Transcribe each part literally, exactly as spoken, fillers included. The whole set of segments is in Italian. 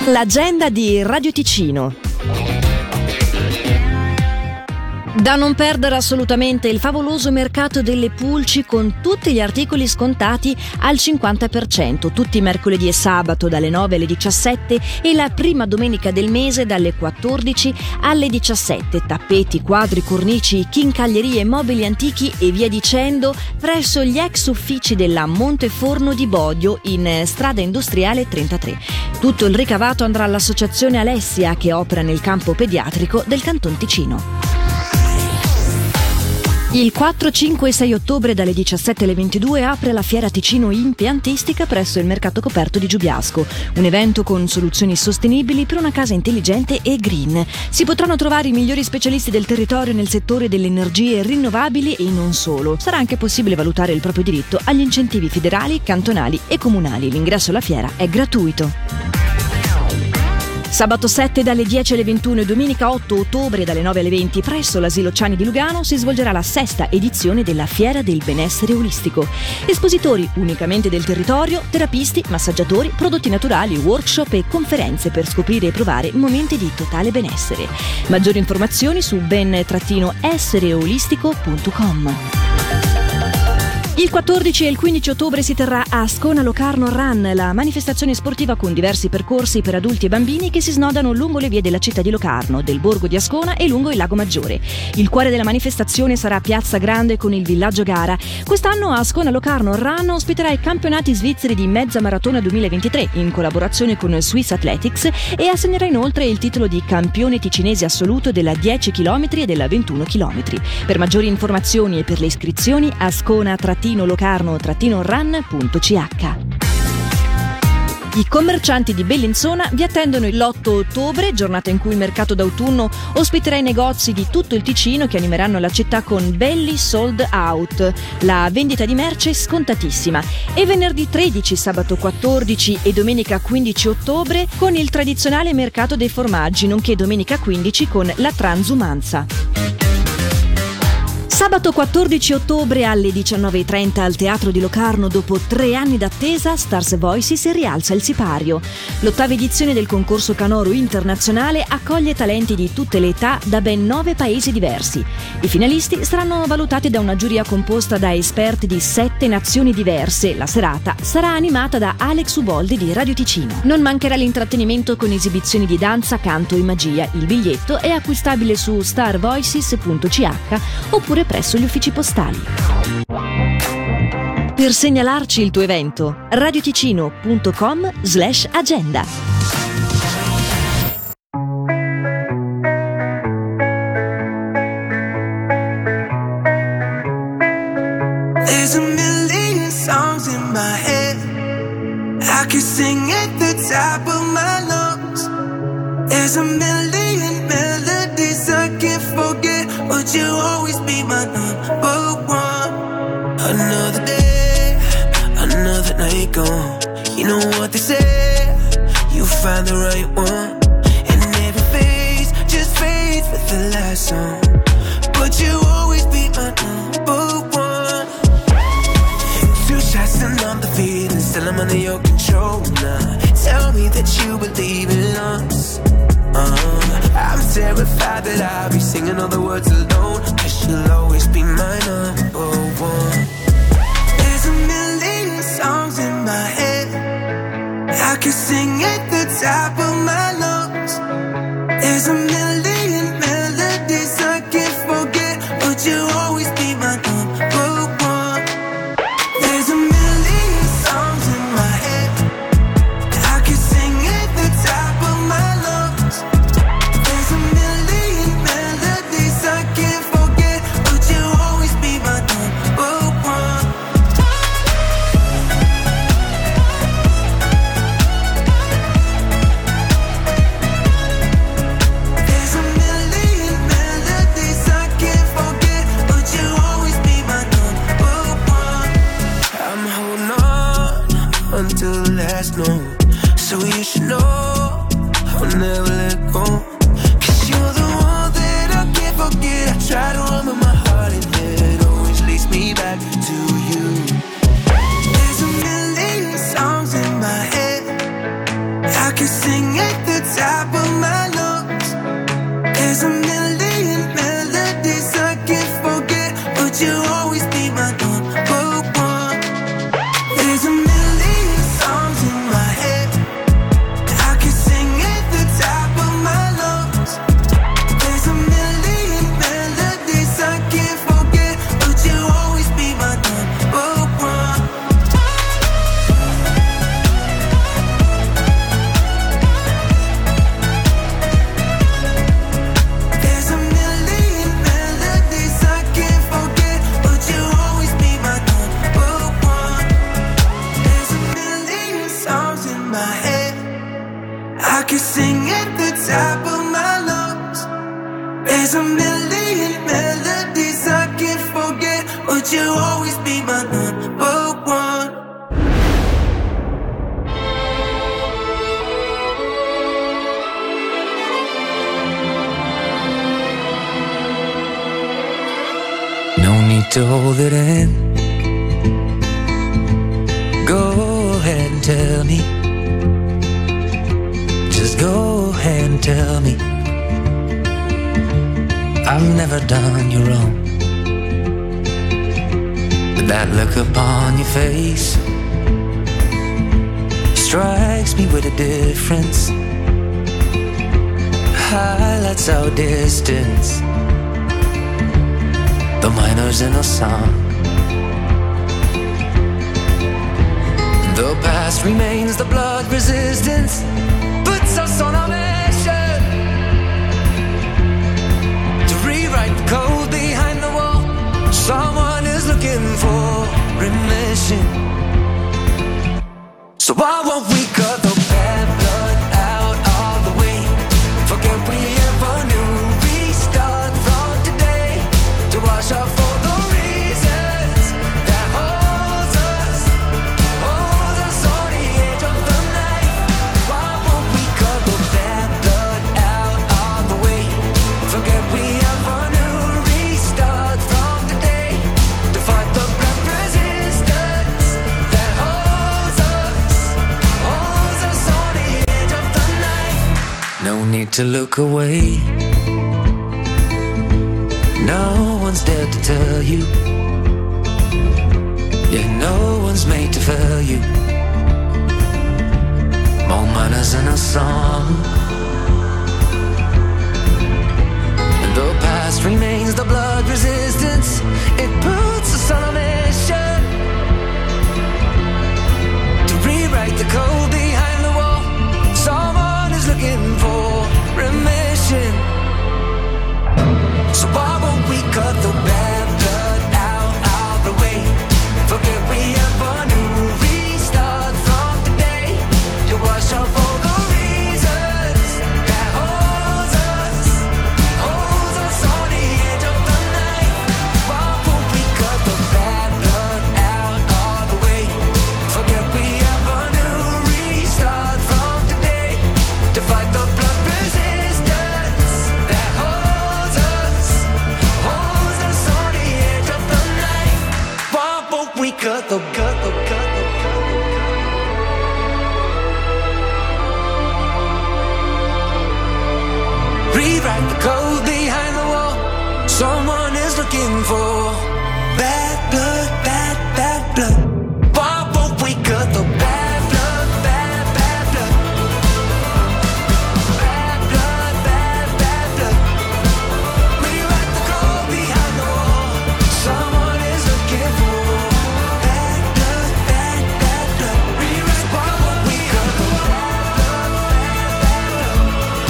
L'agenda di Radio Ticino. Da non perdere assolutamente il favoloso mercato delle pulci con tutti gli articoli scontati al cinquanta per cento, tutti mercoledì e sabato dalle nove alle diciassette e la prima domenica del mese dalle quattordici alle diciassette. Tappeti, quadri, cornici, chincaglierie, mobili antichi e via dicendo presso gli ex uffici della Monteforno di Bodio in strada industriale trentatré. Tutto il ricavato andrà all'associazione Alessia che opera nel campo pediatrico del Canton Ticino. Il quattro, cinque e sei ottobre dalle diciassette alle ventidue apre la Fiera Ticino Impiantistica presso il Mercato Coperto di Giubiasco, un evento con soluzioni sostenibili per una casa intelligente e green. Si potranno trovare i migliori specialisti del territorio nel settore delle energie rinnovabili e non solo. Sarà anche possibile valutare il proprio diritto agli incentivi federali, cantonali e comunali. L'ingresso alla fiera è gratuito. Sabato sette dalle dieci alle ventuno e domenica otto ottobre dalle nove alle venti presso l'Asilo Ciani di Lugano si svolgerà la sesta edizione della Fiera del Benessere Olistico. Espositori unicamente del territorio, terapisti, massaggiatori, prodotti naturali, workshop e conferenze per scoprire e provare momenti di totale benessere. Maggiori informazioni su ben essere olistico punto com. Il quattordici e il quindici ottobre si terrà a Ascona Locarno Run, la manifestazione sportiva con diversi percorsi per adulti e bambini che si snodano lungo le vie della città di Locarno, del borgo di Ascona e lungo il Lago Maggiore. Il cuore della manifestazione sarà Piazza Grande con il villaggio gara. Quest'anno Ascona Locarno Run ospiterà i campionati svizzeri di mezza maratona duemilaventitré in collaborazione con Swiss Athletics e assegnerà inoltre il titolo di campione ticinese assoluto della dieci chilometri e della ventuno chilometri. Per maggiori informazioni e per le iscrizioni ascona locarno run punto c h. I commercianti di Bellinzona vi attendono l'otto ottobre, giornata in cui il mercato d'autunno ospiterà i negozi di tutto il Ticino che animeranno la città con Belli Sold Out, la vendita di merce scontatissima, e venerdì tredici, sabato quattordici e domenica quindici ottobre con il tradizionale mercato dei formaggi, nonché domenica quindici con la transumanza. Sabato quattordici ottobre alle diciannove e trenta al Teatro di Locarno, dopo tre anni d'attesa, Stars Voices rialza il sipario. L'ottava edizione del concorso canoro internazionale accoglie talenti di tutte le età da ben nove paesi diversi. I finalisti saranno valutati da una giuria composta da esperti di sette nazioni diverse. La serata sarà animata da Alex Uboldi di Radio Ticino. Non mancherà l'intrattenimento con esibizioni di danza, canto e magia. Il biglietto è acquistabile su star voices punto c h oppure presso gli uffici postali. Per segnalarci il tuo evento, radioticino punto com slash agenda. There's a million songs in my head. I could sing at the top of my lungs. There's a million melodies I can't forget. Would you always be my number one? Another day, another night gone. You know what they say, you find the right one. And every phase just fades with the last song. But you always be my number one. Two shots and I'm the feeling, still I'm under your control now. Tell me that you believe in us. Uh, I'm terrified that I'll be singing all the words alone, 'cause you'll always be my number one. There's a million songs in my head. I could sing at the top of my lungs. There's a million melodies I can't forget. Would you always be my number one? There's a million songs in my head. I could sing at the top of my lungs. There's a million melodies I can't forget. Would you always be my number one? There's a million melodies I can't forget. Would you always be my number one? I'm holding on until the last note, so you should know I'll never let go. 'Cause you're the one that I can't forget. I try to run with my heart and head always leads me back to you. There's a million songs in my head. I could sing it I can sing at the top of my lungs. There's a million melodies I can't forget, but you'll always be my number one. No need to hold it in. Go ahead and tell me. Just go ahead and tell me. I've never done you wrong, but that look upon your face strikes me with a difference. Highlights our distance. The minor's in a song. The past remains, the blood resistance puts us on a mission to rewrite the code behind the wall. Someone is looking for remission. So why won't we cut the bad blood out all the way? Forget we ever knew. Restart from today to wash off all the reasons that holds us, holds us on the edge of the knife. Why won't we cut the bad blood out all the way? Forget we ever knew. Restart from today to fight the blood resistance that holds us, holds us on the edge of the knife. No need to look away. No one's there to tell you. Yeah, no one's made to fail you. More manners in a song. And the past remains, the blood resistance. It puts us on a mission to rewrite the code behind the wall. Someone is looking for remission. So why won't we cut the bad blood out, out the way? Forget we ever knew. Restart from today to wash off all the reasons that holds us, holds us on the edge of the knife. Why won't we cut the bad blood out all the way? Forget we ever knew. Restart from today to fight the blood resistance that holds us, holds us on the edge of the knife. Why won't we cut the, cut the, cut the, cut the, rewrite the code behind the wall. Someone is looking for bad blood, bad, bad blood. Why won't we cut the bad blood, bad, bad blood? Bad blood, bad, bad blood. Rewrite the code behind the wall. Someone is looking for bad blood, bad, bad blood. Rewrite. Why won't we cut the bad blood, bad, bad blood?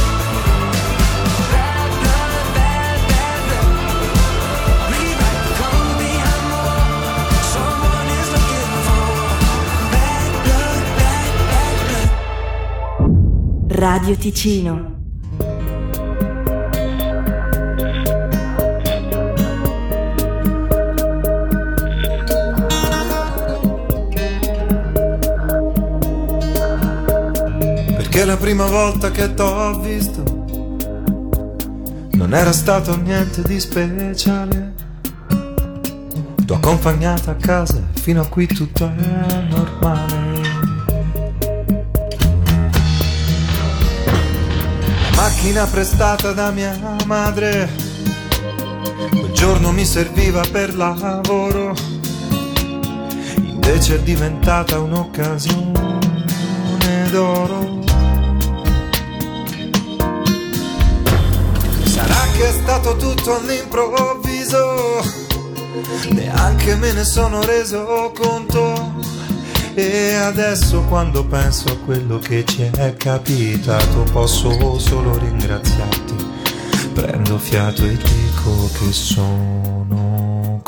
Bad blood, bad, bad blood. Rewrite the code behind the wall. Someone is looking for bad blood, bad, bad blood. Radio Ticino. Perché la prima volta che t'ho visto non era stato niente di speciale. T'ho accompagnata a casa, fino a qui tutto è normale. La macchina prestata da mia madre quel giorno mi serviva per lavoro, invece è diventata un'occasione d'oro. Sarà che è stato tutto all'improvviso, neanche me ne sono reso conto. E adesso quando penso a quello che ci è capitato posso solo ringraziarti. Prendo fiato e dico che sono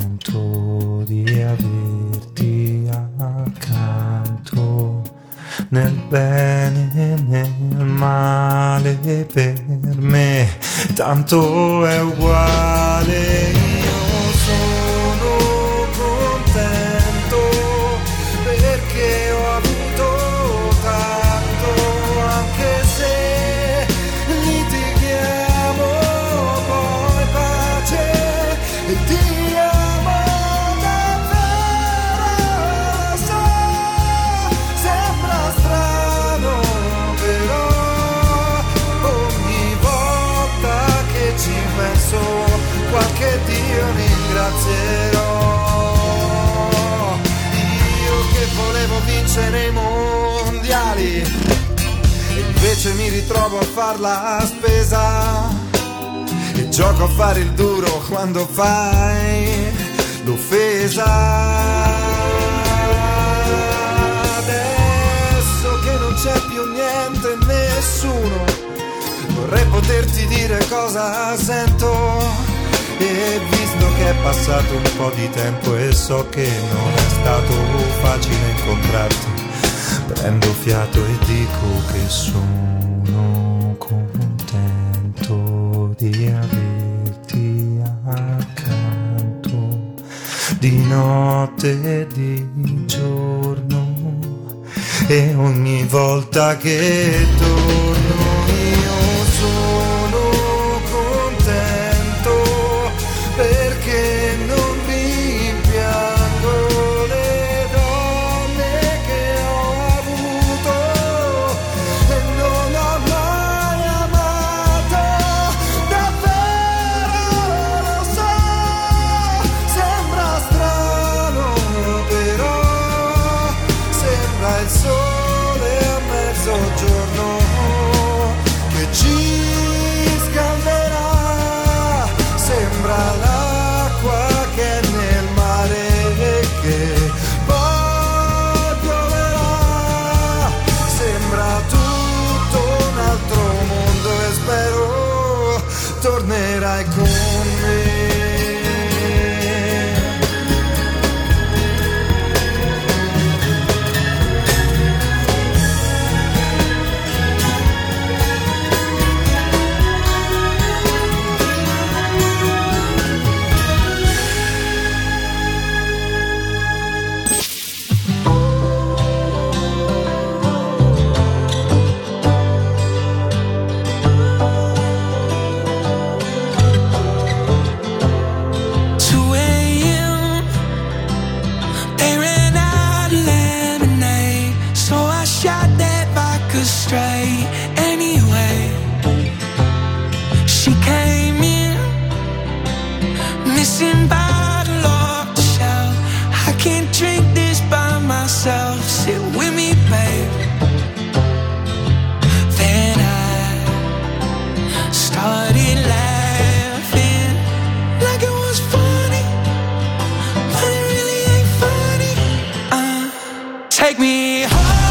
contento di averti accanto. nel bene e nel male per me, tanto è uguale. Io sono contento perché ho avuto tanto, anche se litighiamo poi pace e Dio amo davvero. Lo so, sembra strano, però ogni volta che ci penso qualche Dio ringrazierò. Io che volevo vincere i mondiali e invece mi ritrovo a far la spesa e gioco a fare il duro quando fai l'offesa. Adesso che non c'è più niente e nessuno, vorrei poterti dire cosa sento. E visto che è passato un po' di tempo e so che non è stato facile incontrarti, prendo fiato e dico che sono contento di averti accanto, di notte e di giorno, e ogni volta che torno io sono contento perché non rimpiango le donne che ho avuto e non ho mai amato davvero. Lo so, sembra strano, però sembra il sole a mezzogiorno che ci scalderà, sembra l'acqua che è nel mare e che poi pioverà, sembra tutto un altro mondo e spero tornerai con me. two a.m. They ran out of lemonade, so I shot that vodka straight. Anyway, she came in, missing bottle off the shelf. I can't drink this by myself. Sit with me, babe. Then I started laughing like it was funny, but it really ain't funny. Uh, take me home.